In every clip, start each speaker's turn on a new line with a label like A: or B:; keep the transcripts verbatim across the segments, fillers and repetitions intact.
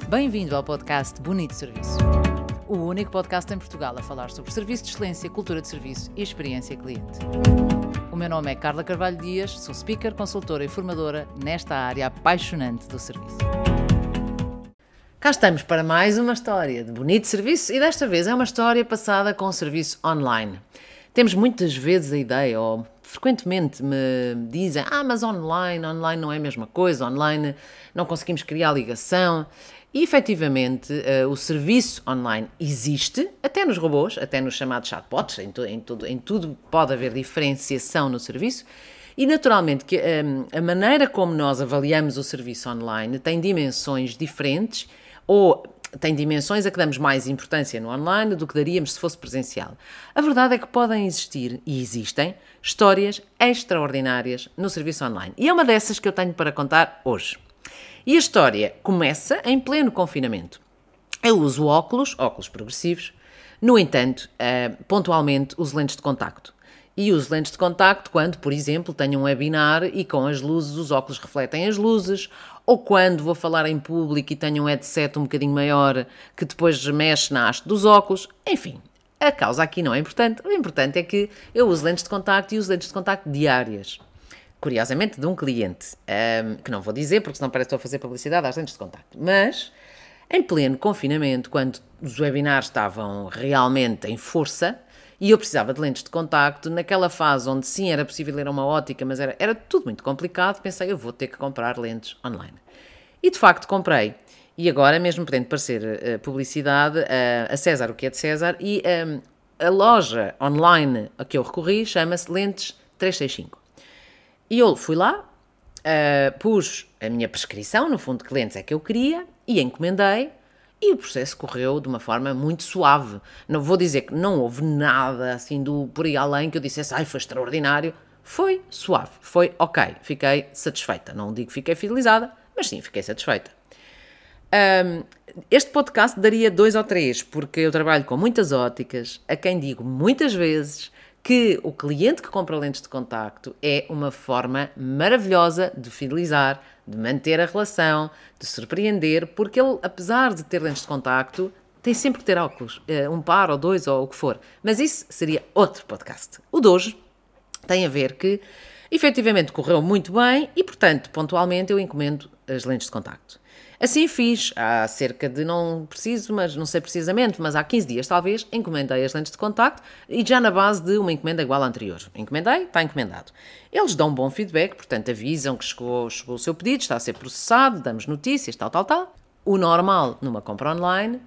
A: Bem-vindo ao podcast Bonito Serviço, o único podcast em Portugal a falar sobre serviço de excelência, cultura de serviço e experiência cliente. O meu nome é Carla Carvalho Dias, sou speaker, consultora e formadora nesta área apaixonante do serviço. Cá estamos para mais uma história de bonito serviço e desta vez é uma história passada com serviço online. Temos muitas vezes a ideia, ou frequentemente me dizem, ah, mas online, online não é a mesma coisa, online não conseguimos criar ligação. E, efetivamente, uh, o serviço online existe, até nos robôs, até nos chamados chatbots, em, to, em, tudo, em tudo pode haver diferenciação no serviço. E, naturalmente, que um, a maneira como nós avaliamos o serviço online tem dimensões diferentes, ou tem dimensões a que damos mais importância no online do que daríamos se fosse presencial. A verdade é que podem existir, e existem, histórias extraordinárias no serviço online. E é uma dessas que eu tenho para contar hoje. E a história começa em pleno confinamento. Eu uso óculos, óculos progressivos, no entanto, uh, pontualmente uso lentes de contacto. E uso lentes de contacto quando, por exemplo, tenho um webinar e com as luzes, os óculos refletem as luzes, ou quando vou falar em público e tenho um headset um bocadinho maior que depois mexe na haste dos óculos. Enfim, a causa aqui não é importante. O importante é que eu uso lentes de contacto e uso lentes de contacto diárias. Curiosamente, de um cliente, um, que não vou dizer porque senão parece que estou a fazer publicidade às lentes de contacto, mas em pleno confinamento, quando os webinars estavam realmente em força e eu precisava de lentes de contacto, naquela fase onde sim era possível ir a uma ótica, mas era, era tudo muito complicado, pensei, eu vou ter que comprar lentes online. E de facto comprei. E agora, mesmo podendo parecer uh, publicidade, uh, a César o que é de César, e um, a loja online a que eu recorri chama-se Lentes trezentos e sessenta e cinco. E eu fui lá, uh, pus a minha prescrição, no fundo, de que lentes é que eu queria, e encomendei, e o processo correu de uma forma muito suave. Não vou dizer que não houve nada assim do por aí além que eu dissesse, ai, foi extraordinário. Foi suave, foi ok, fiquei satisfeita. Não digo que fiquei fidelizada, mas sim, fiquei satisfeita. Um, este podcast daria dois ou três, porque eu trabalho com muitas óticas, a quem digo muitas vezes que o cliente que compra lentes de contacto é uma forma maravilhosa de fidelizar, de manter a relação, de surpreender, porque ele, apesar de ter lentes de contacto, tem sempre que ter óculos, um par ou dois ou o que for. Mas isso seria outro podcast. O de hoje tem a ver que, efetivamente, correu muito bem e, portanto, pontualmente eu encomendo as lentes de contacto. Assim fiz, há cerca de, não preciso, mas não sei precisamente, mas há quinze dias talvez, encomendei as lentes de contacto e já na base de uma encomenda igual à anterior. Encomendei, está encomendado. Eles dão um bom feedback, portanto avisam que chegou, chegou o seu pedido, está a ser processado, damos notícias, tal, tal, tal. O normal numa compra online.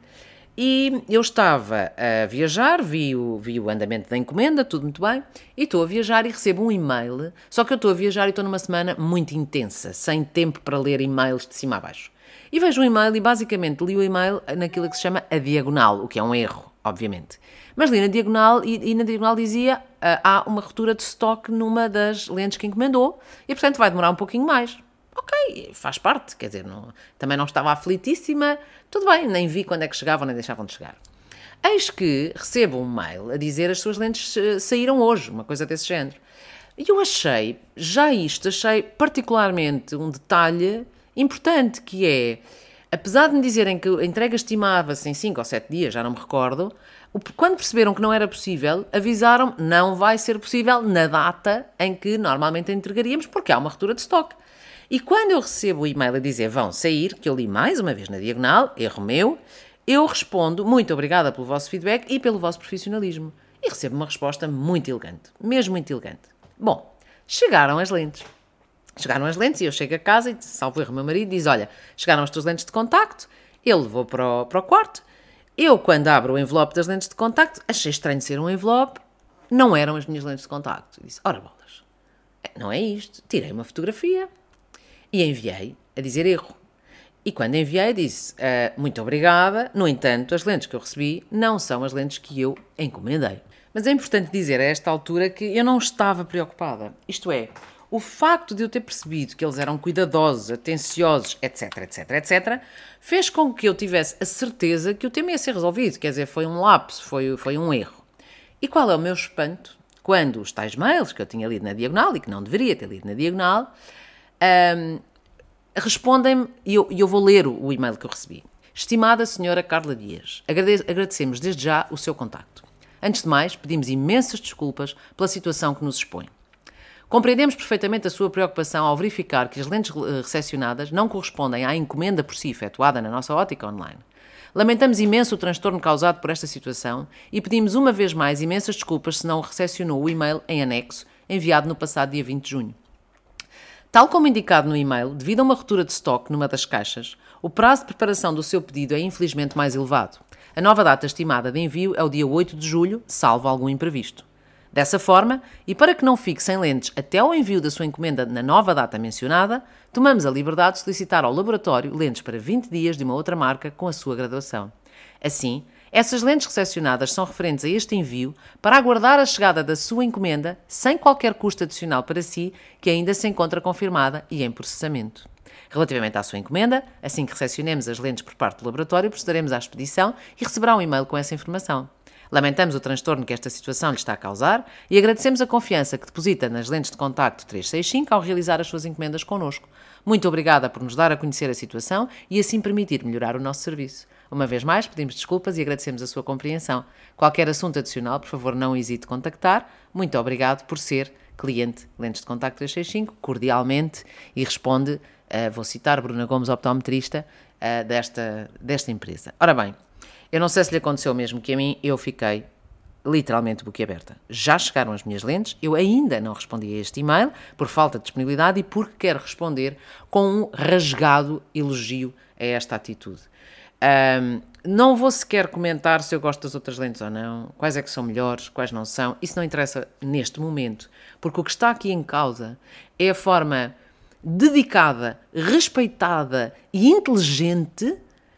A: E eu estava a viajar, vi o, vi o andamento da encomenda, tudo muito bem, e estou a viajar e recebo um e-mail, só que eu estou a viajar e estou numa semana muito intensa, sem tempo para ler e-mails de cima a baixo. E vejo um e-mail e basicamente li o e-mail naquilo que se chama a diagonal, o que é um erro, obviamente. Mas li na diagonal e, e na diagonal dizia uh, há uma ruptura de estoque numa das lentes que encomendou e, portanto, vai demorar um pouquinho mais. Ok, faz parte, quer dizer, não, também não estava aflitíssima, tudo bem, nem vi quando é que chegavam, nem deixavam de chegar. Eis que recebo um mail a dizer as suas lentes saíram hoje, uma coisa desse género. E eu achei, já isto, achei particularmente um detalhe importante, que é, apesar de me dizerem que a entrega estimava-se em cinco ou sete dias, já não me recordo, quando perceberam que não era possível, avisaram não vai ser possível na data em que normalmente entregaríamos, porque há uma ruptura de estoque. E quando eu recebo o e-mail a dizer vão sair, que eu li mais uma vez na diagonal, erro meu, eu respondo muito obrigada pelo vosso feedback e pelo vosso profissionalismo. E recebo uma resposta muito elegante, mesmo muito elegante. Bom, chegaram as lentes. Chegaram as lentes e eu chego a casa e, salvo erro, o meu marido diz, olha, chegaram as tuas lentes de contacto, ele levou para o, para o quarto, eu, quando abro o envelope das lentes de contacto, achei estranho ser um envelope, não eram as minhas lentes de contacto. Eu disse, ora bolas, não é isto, tirei uma fotografia e enviei a dizer erro. E quando enviei disse, uh, muito obrigada, no entanto, as lentes que eu recebi não são as lentes que eu encomendei. Mas é importante dizer a esta altura que eu não estava preocupada, isto é, o facto de eu ter percebido que eles eram cuidadosos, atenciosos, etc, etc, etc, fez com que eu tivesse a certeza que o tema ia ser resolvido. Quer dizer, foi um lapso, foi, foi um erro. E qual é o meu espanto? Quando os tais mails que eu tinha lido na diagonal e que não deveria ter lido na diagonal, um, respondem-me, e eu, eu vou ler o e-mail que eu recebi. Estimada senhora Carla Dias, agrade- agradecemos desde já o seu contacto. Antes de mais, pedimos imensas desculpas pela situação que nos expõe. Compreendemos perfeitamente a sua preocupação ao verificar que as lentes recepcionadas não correspondem à encomenda por si efetuada na nossa ótica online. Lamentamos imenso o transtorno causado por esta situação e pedimos uma vez mais imensas desculpas se não recepcionou o e-mail em anexo enviado no passado dia vinte de junho. Tal como indicado no e-mail, devido a uma ruptura de estoque numa das caixas, o prazo de preparação do seu pedido é infelizmente mais elevado. A nova data estimada de envio é o dia oito de julho, salvo algum imprevisto. Dessa forma, e para que não fique sem lentes até ao envio da sua encomenda na nova data mencionada, tomamos a liberdade de solicitar ao laboratório lentes para vinte dias de uma outra marca com a sua graduação. Assim, essas lentes recepcionadas são referentes a este envio para aguardar a chegada da sua encomenda sem qualquer custo adicional para si, que ainda se encontra confirmada e em processamento. Relativamente à sua encomenda, assim que recepcionemos as lentes por parte do laboratório, procederemos à expedição e receberá um e-mail com essa informação. Lamentamos o transtorno que esta situação lhe está a causar e agradecemos a confiança que deposita nas lentes de contacto trezentos e sessenta e cinco ao realizar as suas encomendas connosco. Muito obrigada por nos dar a conhecer a situação e assim permitir melhorar o nosso serviço. Uma vez mais, pedimos desculpas e agradecemos a sua compreensão. Qualquer assunto adicional, por favor, não hesite em contactar. Muito obrigado por ser cliente Lentes de Contacto trezentos e sessenta e cinco, cordialmente, e responde, uh, vou citar Bruna Gomes, optometrista, uh, desta, desta empresa. Ora bem, eu não sei se lhe aconteceu mesmo que a mim, eu fiquei literalmente boquiaberta. Já chegaram as minhas lentes, eu ainda não respondi a este e-mail por falta de disponibilidade e porque quero responder com um rasgado elogio a esta atitude. Um, não vou sequer comentar se eu gosto das outras lentes ou não, quais é que são melhores, quais não são, isso não interessa neste momento, porque o que está aqui em causa é a forma dedicada, respeitada e inteligente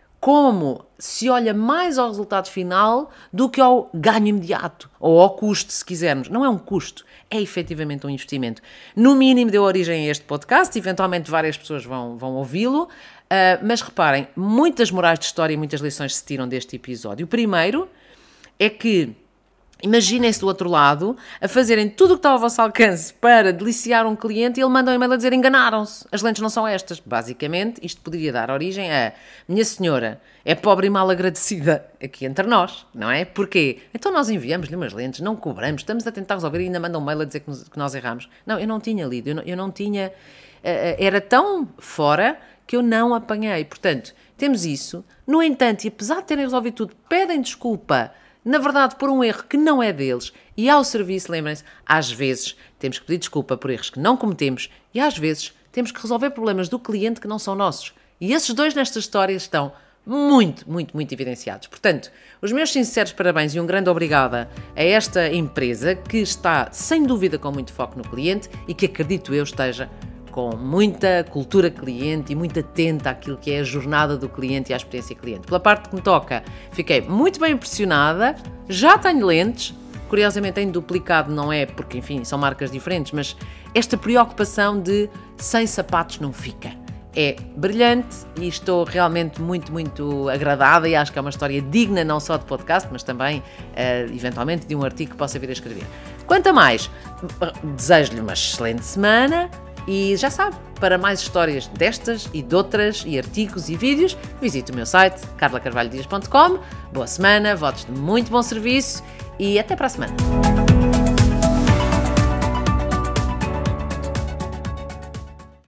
A: como se olha mais ao resultado final do que ao ganho imediato, ou ao custo, se quisermos. Não é um custo, é efetivamente um investimento. No mínimo deu origem a este podcast, eventualmente várias pessoas vão, vão ouvi-lo, uh, mas reparem, muitas morais de história e muitas lições se tiram deste episódio. O primeiro é que imaginem-se do outro lado a fazerem tudo o que está ao vosso alcance para deliciar um cliente e ele manda um e-mail a dizer enganaram-se, as lentes não são estas. Basicamente, isto poderia dar origem a minha senhora é pobre e mal agradecida aqui entre nós, não é? Porquê? Então nós enviamos-lhe umas lentes, não cobramos, estamos a tentar resolver e ainda manda um mail a dizer que, nos, que nós erramos. Não, eu não tinha lido, eu não, eu não tinha... Uh, era tão fora que eu não apanhei. Portanto, temos isso. No entanto, e apesar de terem resolvido tudo, pedem desculpa na verdade, por um erro que não é deles, e ao serviço, lembrem-se, às vezes temos que pedir desculpa por erros que não cometemos e às vezes temos que resolver problemas do cliente que não são nossos. E esses dois nesta história estão muito, muito, muito evidenciados. Portanto, os meus sinceros parabéns e um grande obrigada a esta empresa que está, sem dúvida, com muito foco no cliente e que acredito eu esteja com muita cultura cliente e muito atenta àquilo que é a jornada do cliente e à experiência cliente. Pela parte que me toca, fiquei muito bem impressionada, já tenho lentes, curiosamente tenho duplicado, não é porque, enfim, são marcas diferentes, mas esta preocupação de sem sapatos não fica. É brilhante e estou realmente muito, muito agradada e acho que é uma história digna não só de podcast, mas também, uh, eventualmente, de um artigo que possa vir a escrever. Quanto a mais, desejo-lhe uma excelente semana. E já sabe, para mais histórias destas e de outras, e artigos e vídeos, visite o meu site carla carvalho dias ponto com. Boa semana, votos de muito bom serviço e até para a semana.